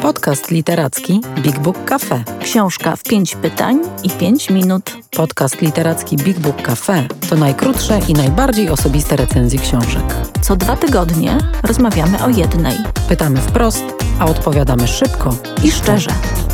Podcast literacki Big Book Café. Książka w 5 pytań i 5 minut. Podcast literacki Big Book Café to najkrótsze i najbardziej osobiste recenzje książek. Co 2 tygodnie rozmawiamy o jednej. Pytamy wprost, a odpowiadamy szybko I szczerze.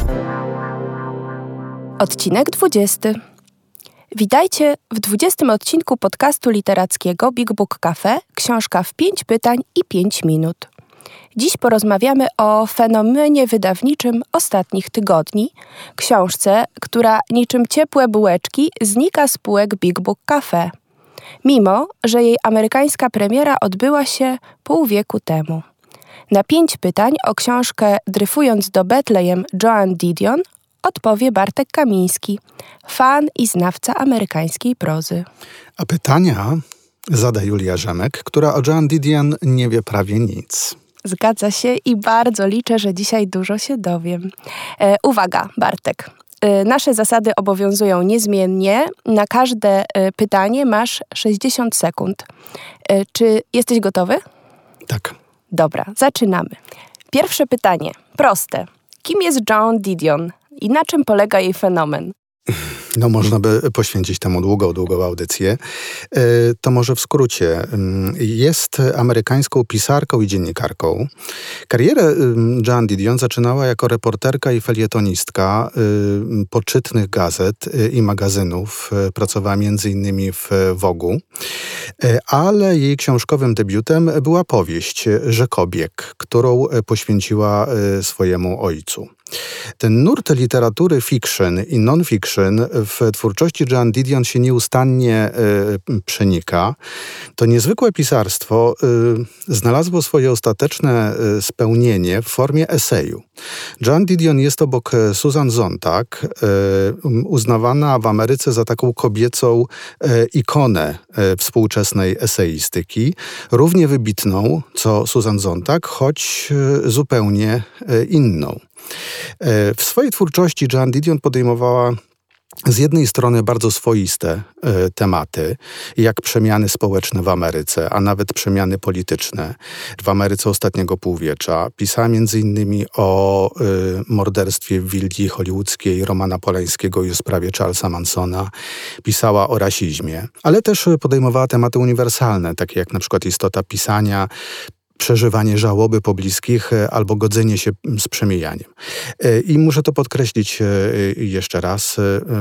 Odcinek 20. Witajcie w 20. odcinku podcastu literackiego Big Book Café. Książka w 5 pytań i 5 minut. Dziś porozmawiamy o fenomenie wydawniczym ostatnich tygodni, książce, która niczym ciepłe bułeczki znika z półek Big Book Café, mimo że jej amerykańska premiera odbyła się pół wieku temu. Na 5 pytań o książkę Dryfując do Betlejem Joan Didion odpowie Bartek Kamiński, fan i znawca amerykańskiej prozy. A pytania zada Julia Rzemek, która o Joan Didion nie wie prawie nic. Zgadza się i bardzo liczę, że dzisiaj dużo się dowiem. Uwaga, Bartek. Nasze zasady obowiązują niezmiennie. Na każde pytanie masz 60 sekund. Czy jesteś gotowy? Tak. Dobra, zaczynamy. Pierwsze pytanie. Proste. Kim jest Joan Didion i na czym polega jej fenomen? No można by poświęcić temu długą audycję. To może w skrócie. Jest amerykańską pisarką i dziennikarką. Karierę Joan Didion zaczynała jako reporterka i felietonistka poczytnych gazet i magazynów. Pracowała m.in. w Vogue'u. Ale jej książkowym debiutem była powieść Rzekobieg, którą poświęciła swojemu ojcu. Ten nurt literatury fiction i non-fiction w twórczości Joan Didion się nieustannie przenika. To niezwykłe pisarstwo znalazło swoje ostateczne spełnienie w formie eseju. Joan Didion jest obok Susan Sontag uznawana w Ameryce za taką kobiecą ikonę współczesnej eseistyki, równie wybitną co Susan Sontag, choć zupełnie inną. W swojej twórczości Joan Didion podejmowała z jednej strony bardzo swoiste tematy, jak przemiany społeczne w Ameryce, a nawet przemiany polityczne w Ameryce ostatniego półwiecza. Pisała m.in. o morderstwie w Wildii Hollywoodzkiej Romana Polańskiego i o sprawie Charlesa Mansona. Pisała o rasizmie, ale też podejmowała tematy uniwersalne, takie jak na przykład istota pisania, przeżywanie żałoby po bliskich albo godzenie się z przemijaniem. I muszę to podkreślić jeszcze raz.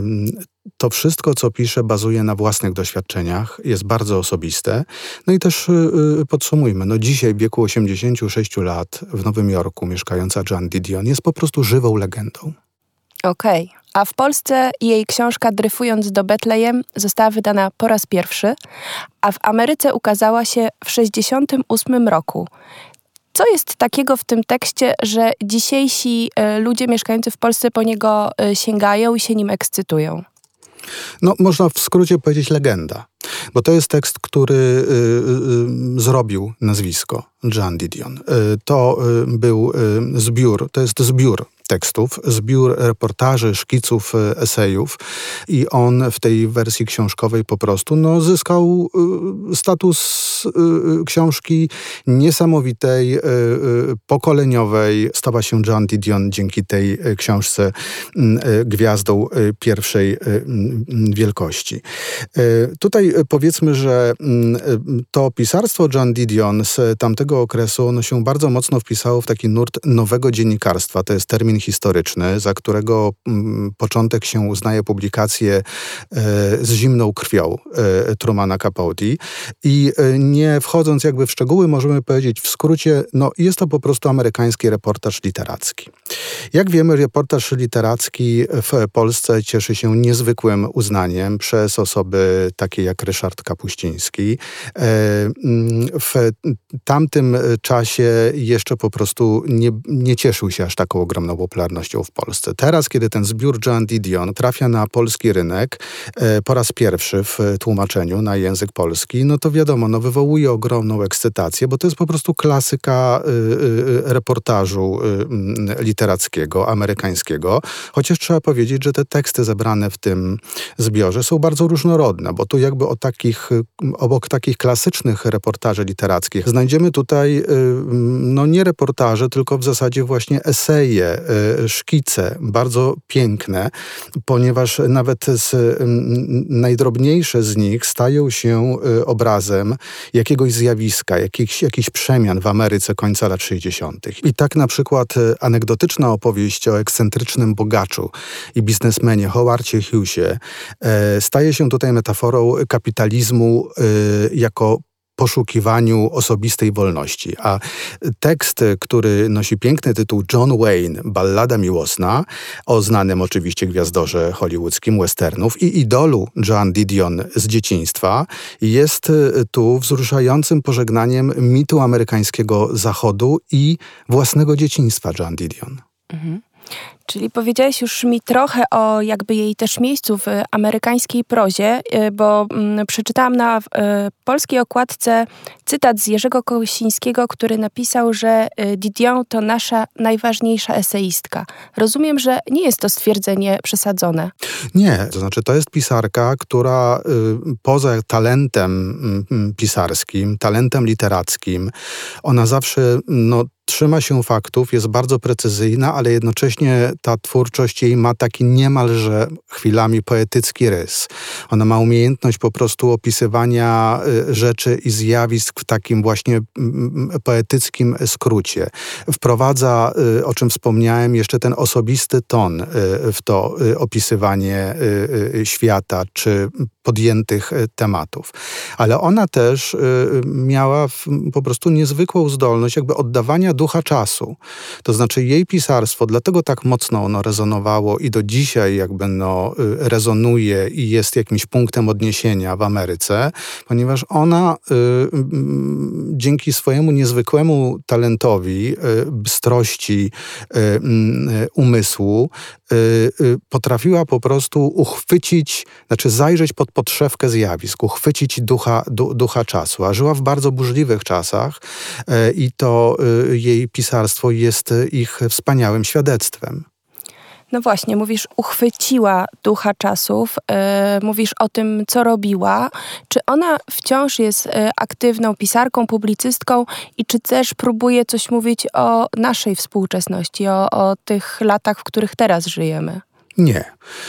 To wszystko, co pisze, bazuje na własnych doświadczeniach, jest bardzo osobiste. No i też podsumujmy, dzisiaj w wieku 86 lat w Nowym Jorku mieszkająca Joan Didion jest po prostu żywą legendą. Okej. A w Polsce jej książka Dryfując do Betlejem została wydana po raz pierwszy, a w Ameryce ukazała się w 1968 roku. Co jest takiego w tym tekście, że dzisiejsi ludzie mieszkający w Polsce po niego sięgają i się nim ekscytują? Można w skrócie powiedzieć legenda, bo to jest tekst, który zrobił nazwisko Joan Didion. To był to jest zbiór tekstów, zbiór reportaży, szkiców, esejów i on w tej wersji książkowej po prostu zyskał status książki niesamowitej, pokoleniowej. Stała się Joan Didion dzięki tej książce gwiazdą pierwszej wielkości. Tutaj powiedzmy, że to pisarstwo Joan Didion z tamtego okresu ono się bardzo mocno wpisało w taki nurt nowego dziennikarstwa. To jest termin historyczny, za którego początek się uznaje publikację z zimną krwią Trumana Capote. I nie wchodząc jakby w szczegóły, możemy powiedzieć w skrócie, jest to po prostu amerykański reportaż literacki. Jak wiemy, reportaż literacki w Polsce cieszy się niezwykłym uznaniem przez osoby takie jak Ryszard Kapuściński. W tamtym czasie jeszcze po prostu nie cieszył się aż taką ogromną popularnością w Polsce. Teraz, kiedy ten zbiór Joan Didion trafia na polski rynek po raz pierwszy w tłumaczeniu na język polski, to wiadomo, wywołuje ogromną ekscytację, bo to jest po prostu klasyka reportażu literackiego. literackiego, amerykańskiego, chociaż trzeba powiedzieć, że te teksty zebrane w tym zbiorze są bardzo różnorodne, bo tu jakby obok takich klasycznych reportaży literackich znajdziemy tutaj nie reportaże, tylko w zasadzie właśnie eseje, szkice, bardzo piękne, ponieważ nawet najdrobniejsze z nich stają się obrazem jakiegoś zjawiska, jakichś przemian w Ameryce końca lat 60. I tak na przykład anegdotyczna opowieść o ekscentrycznym bogaczu i biznesmenie Howardzie Hughesie staje się tutaj metaforą kapitalizmu jako poszukiwaniu osobistej wolności. A tekst, który nosi piękny tytuł John Wayne, Ballada miłosna, o znanym oczywiście gwiazdorze hollywoodzkim westernów i idolu Joan Didion z dzieciństwa, jest tu wzruszającym pożegnaniem mitu amerykańskiego Zachodu i własnego dzieciństwa Joan Didion. Mhm. Czyli powiedziałeś już mi trochę o jakby jej też miejscu w amerykańskiej prozie, bo przeczytałam na polskiej okładce cytat z Jerzego Kołasińskiego, który napisał, że Didion to nasza najważniejsza eseistka. Rozumiem, że nie jest to stwierdzenie przesadzone. Nie, to znaczy to jest pisarka, która poza talentem pisarskim, talentem literackim, ona zawsze trzyma się faktów, jest bardzo precyzyjna, ale jednocześnie ta twórczość jej ma taki niemalże chwilami poetycki rys. Ona ma umiejętność po prostu opisywania rzeczy i zjawisk w takim właśnie poetyckim skrócie. Wprowadza, o czym wspomniałem, jeszcze ten osobisty ton w to opisywanie świata czy podjętych tematów. Ale ona też miała po prostu niezwykłą zdolność jakby oddawania ducha czasu. To znaczy jej pisarstwo, dlatego tak mocno ono rezonowało i do dzisiaj jakby rezonuje i jest jakimś punktem odniesienia w Ameryce, ponieważ ona dzięki swojemu niezwykłemu talentowi, bystrości umysłu potrafiła po prostu uchwycić, znaczy zajrzeć pod podszewkę zjawisk, uchwycić ducha czasu. A żyła w bardzo burzliwych czasach i to jej pisarstwo jest ich wspaniałym świadectwem. No właśnie, mówisz, uchwyciła ducha czasów, mówisz o tym, co robiła. Czy ona wciąż jest aktywną pisarką, publicystką i czy też próbuje coś mówić o naszej współczesności, o tych latach, w których teraz żyjemy? Nie.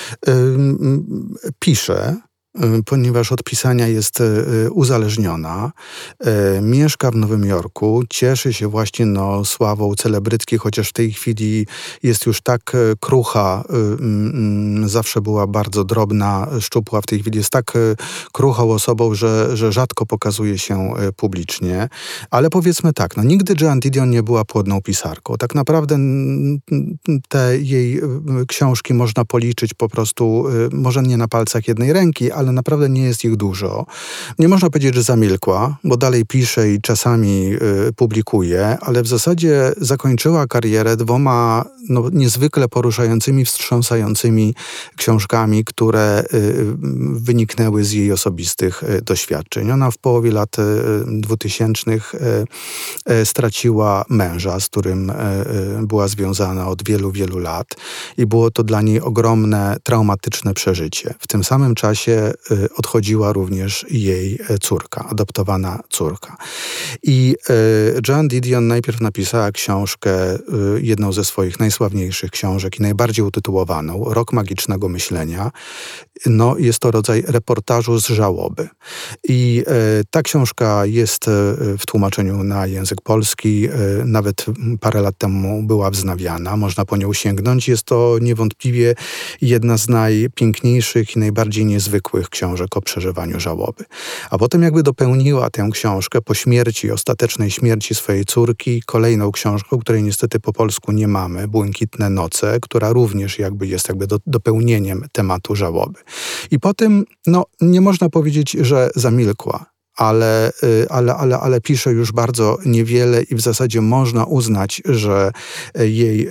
Pisze, ponieważ od pisania jest uzależniona. Mieszka w Nowym Jorku, cieszy się właśnie sławą celebryckiej, chociaż w tej chwili jest już tak krucha, zawsze była bardzo drobna, szczupła, w tej chwili jest tak kruchą osobą, że rzadko pokazuje się publicznie. Ale powiedzmy tak, nigdy Joan Didion nie była płodną pisarką. Tak naprawdę te jej książki można policzyć po prostu, może nie na palcach jednej ręki, ale naprawdę nie jest ich dużo. Nie można powiedzieć, że zamilkła, bo dalej pisze i czasami publikuje, ale w zasadzie zakończyła karierę 2 niezwykle poruszającymi, wstrząsającymi książkami, które wyniknęły z jej osobistych doświadczeń. Ona w połowie lat 2000 straciła męża, z którym była związana od wielu, wielu lat i było to dla niej ogromne, traumatyczne przeżycie. W tym samym czasie odchodziła również jej córka, adoptowana córka. I Joan Didion najpierw napisała książkę, jedną ze swoich najsławniejszych książek i najbardziej utytułowaną, Rok magicznego myślenia. Jest to rodzaj reportażu z żałoby. I ta książka jest w tłumaczeniu na język polski. Nawet parę lat temu była wznawiana. Można po nią sięgnąć. Jest to niewątpliwie jedna z najpiękniejszych i najbardziej niezwykłych książek o przeżywaniu żałoby. A potem jakby dopełniła tę książkę po śmierci, ostatecznej śmierci swojej córki, kolejną książką, której niestety po polsku nie mamy, Błękitne noce, która również jest dopełnieniem tematu żałoby. I po tym, nie można powiedzieć, że zamilkła. ale pisze już bardzo niewiele i w zasadzie można uznać, że jej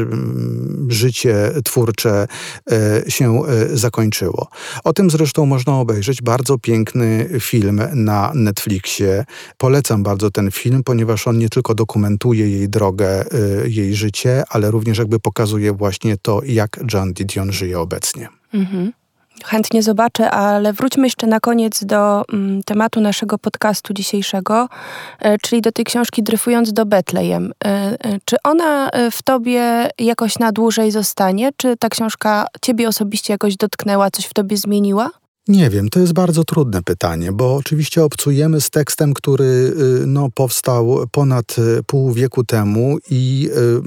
życie twórcze się zakończyło. O tym zresztą można obejrzeć bardzo piękny film na Netflixie. Polecam bardzo ten film, ponieważ on nie tylko dokumentuje jej drogę, jej życie, ale również jakby pokazuje właśnie to, jak Joan Didion żyje obecnie. Mhm. Chętnie zobaczę, ale wróćmy jeszcze na koniec do tematu naszego podcastu dzisiejszego, czyli do tej książki Dryfując do Betlejem. Czy ona w tobie jakoś na dłużej zostanie? Czy ta książka ciebie osobiście jakoś dotknęła, coś w tobie zmieniła? Nie wiem, to jest bardzo trudne pytanie, bo oczywiście obcujemy z tekstem, który powstał ponad pół wieku temu i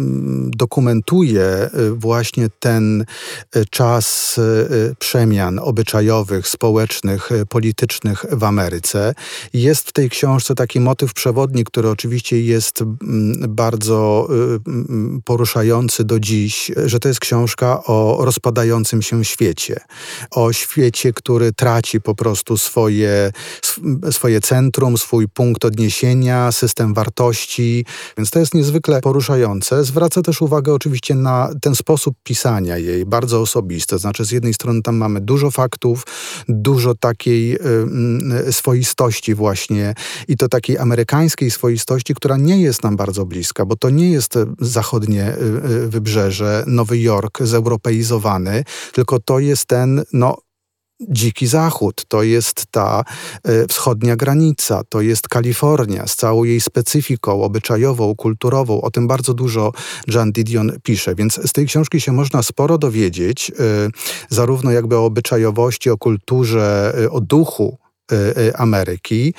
dokumentuje właśnie ten czas przemian obyczajowych, społecznych, politycznych w Ameryce. Jest w tej książce taki motyw przewodni, który oczywiście jest bardzo poruszający do dziś, że to jest książka o rozpadającym się świecie. O świecie, który traci po prostu swoje centrum, swój punkt odniesienia, system wartości. Więc to jest niezwykle poruszające. Zwraca też uwagę oczywiście na ten sposób pisania jej, bardzo osobisty. Znaczy z jednej strony tam mamy dużo faktów, dużo takiej swoistości właśnie i to takiej amerykańskiej swoistości, która nie jest nam bardzo bliska, bo to nie jest zachodnie wybrzeże, Nowy Jork zeuropeizowany, tylko to jest ten, Dziki Zachód, to jest ta wschodnia granica, to jest Kalifornia z całą jej specyfiką obyczajową, kulturową. O tym bardzo dużo Joan Didion pisze, więc z tej książki się można sporo dowiedzieć, zarówno jakby o obyczajowości, o kulturze, o duchu Ameryki.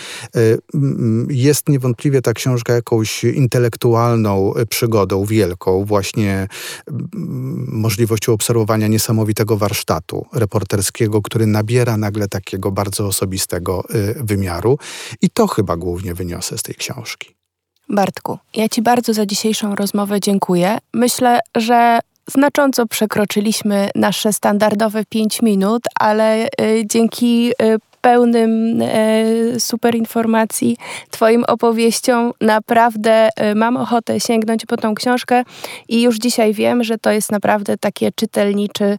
Jest niewątpliwie ta książka jakąś intelektualną przygodą wielką, właśnie możliwością obserwowania niesamowitego warsztatu reporterskiego, który nabiera nagle takiego bardzo osobistego wymiaru. I to chyba głównie wyniosę z tej książki. Bartku, ja ci bardzo za dzisiejszą rozmowę dziękuję. Myślę, że znacząco przekroczyliśmy nasze standardowe 5 minut, ale dzięki pełnym super informacji, twoim opowieściom naprawdę mam ochotę sięgnąć po tą książkę i już dzisiaj wiem, że to jest naprawdę takie czytelniczy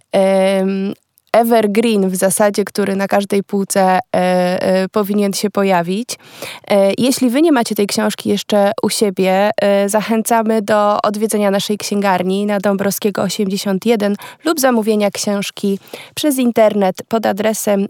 evergreen w zasadzie, który na każdej półce powinien się pojawić. Jeśli wy nie macie tej książki jeszcze u siebie, zachęcamy do odwiedzenia naszej księgarni na Dąbrowskiego 81 lub zamówienia książki przez internet pod adresem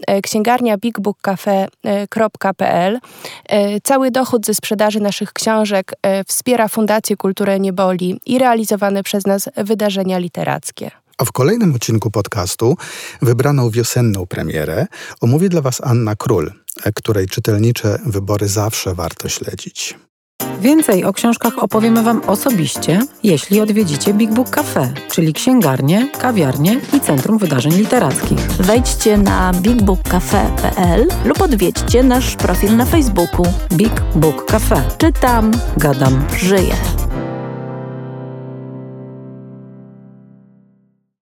księgarniabigbookcafe.pl. Cały dochód ze sprzedaży naszych książek wspiera Fundację Kulturę Nie Boli i realizowane przez nas wydarzenia literackie. A w kolejnym odcinku podcastu, wybraną wiosenną premierę, omówi dla was Anna Król, której czytelnicze wybory zawsze warto śledzić. Więcej o książkach opowiemy wam osobiście, jeśli odwiedzicie Big Book Cafe, czyli księgarnię, kawiarnię i Centrum Wydarzeń Literackich. Wejdźcie na bigbookcafe.pl lub odwiedźcie nasz profil na Facebooku. Big Book Cafe. Czytam, gadam, żyję.